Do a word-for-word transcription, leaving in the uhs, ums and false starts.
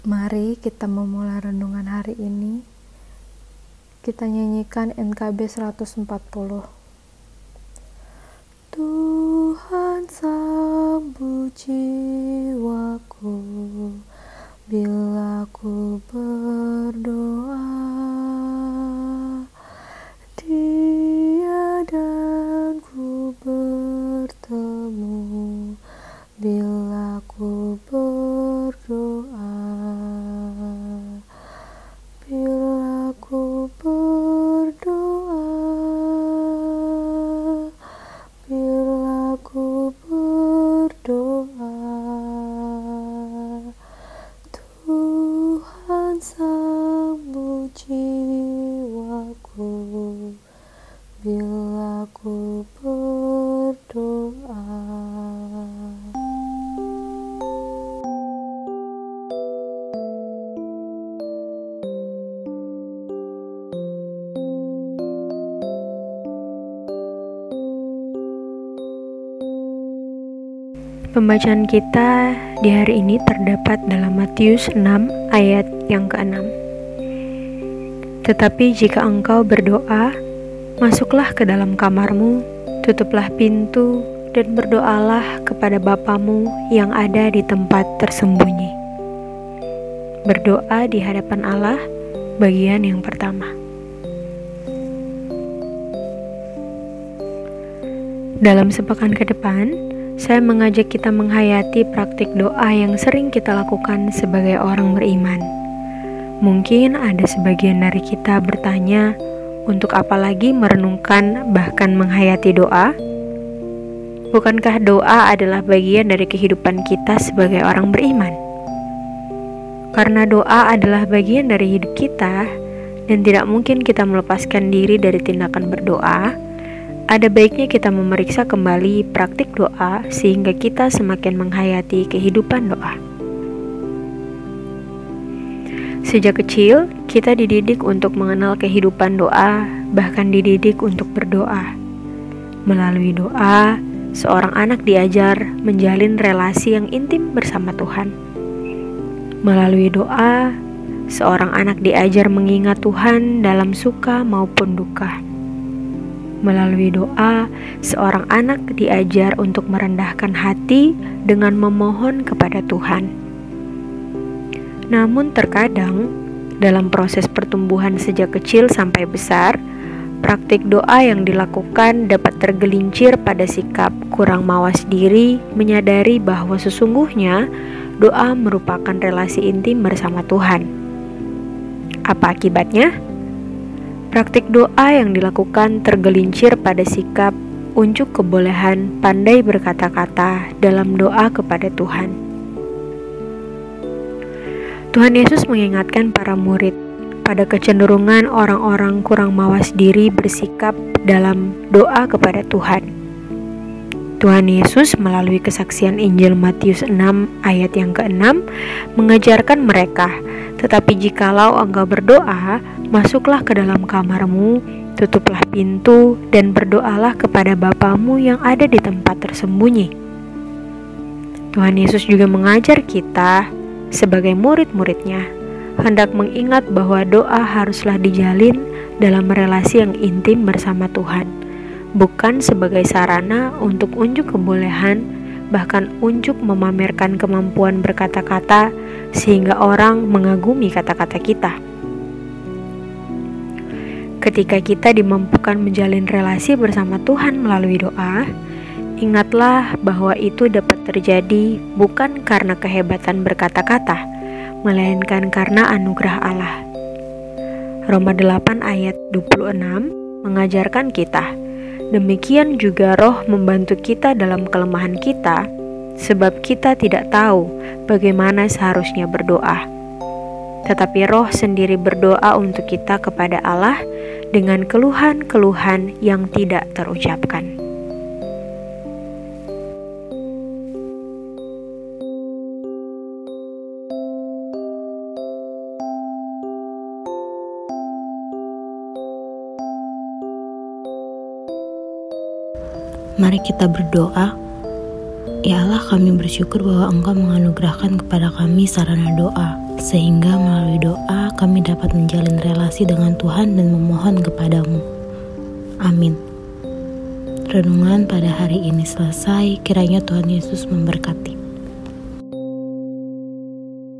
Mari kita memulai renungan hari ini. Kita nyanyikan N K B seratus empat puluh. Tuhan sambut jiwaku bila ku berdoa, Dia dan ku bertemu bila ku berdoa. Bila ku berdoa, bila ku berdoa, Tuhan sambut jiwaku bila ku berdoa. Pembacaan kita di hari ini terdapat dalam Matius enam ayat yang keenam. Tetapi jika engkau berdoa, masuklah ke dalam kamarmu, tutuplah pintu, dan berdoalah kepada Bapamu yang ada di tempat tersembunyi. Berdoa di hadapan Allah, bagian yang pertama. Dalam sepekan ke depan, saya mengajak kita menghayati praktik doa yang sering kita lakukan sebagai orang beriman. Mungkin ada sebagian dari kita bertanya, untuk apa lagi merenungkan bahkan menghayati doa? Bukankah doa adalah bagian dari kehidupan kita sebagai orang beriman? Karena doa adalah bagian dari hidup kita, dan tidak mungkin kita melepaskan diri dari tindakan berdoa, ada baiknya kita memeriksa kembali praktik doa sehingga kita semakin menghayati kehidupan doa. Sejak kecil, kita dididik untuk mengenal kehidupan doa, bahkan dididik untuk berdoa. Melalui doa, seorang anak diajar menjalin relasi yang intim bersama Tuhan. Melalui doa, seorang anak diajar mengingat Tuhan dalam suka maupun duka. Melalui doa, seorang anak diajar untuk merendahkan hati dengan memohon kepada Tuhan. Namun terkadang, dalam proses pertumbuhan sejak kecil sampai besar, praktik doa yang dilakukan dapat tergelincir pada sikap kurang mawas diri, menyadari bahwa sesungguhnya doa merupakan relasi intim bersama Tuhan. Apa akibatnya? Praktik doa yang dilakukan tergelincir pada sikap unjuk kebolehan pandai berkata-kata dalam doa kepada Tuhan. Tuhan Yesus mengingatkan para murid pada kecenderungan orang-orang kurang mawas diri bersikap dalam doa kepada Tuhan. Tuhan Yesus melalui kesaksian Injil Matius enam ayat yang keenam mengajarkan mereka, tetapi jikalau engkau berdoa, masuklah ke dalam kamarmu, tutuplah pintu, dan berdoalah kepada Bapamu yang ada di tempat tersembunyi. Tuhan Yesus juga mengajar kita sebagai murid-muridnya hendak mengingat bahwa doa haruslah dijalin dalam relasi yang intim bersama Tuhan, bukan sebagai sarana untuk unjuk kebolehan, bahkan unjuk memamerkan kemampuan berkata-kata sehingga orang mengagumi kata-kata kita. Ketika kita dimampukan menjalin relasi bersama Tuhan melalui doa, ingatlah bahwa itu dapat terjadi bukan karena kehebatan berkata-kata, melainkan karena anugerah Allah. Roma delapan ayat dua puluh enam mengajarkan kita, demikian juga Roh membantu kita dalam kelemahan kita, sebab kita tidak tahu bagaimana seharusnya berdoa. Tetapi Roh sendiri berdoa untuk kita kepada Allah dengan keluhan-keluhan yang tidak terucapkan. Mari kita berdoa. Ya Allah, kami bersyukur bahwa Engkau menganugerahkan kepada kami sarana doa. sehingga melalui doa kami dapat menjalin relasi dengan Tuhan dan memohon kepadamu. Amin. Renungan pada hari ini selesai, kiranya Tuhan Yesus memberkati.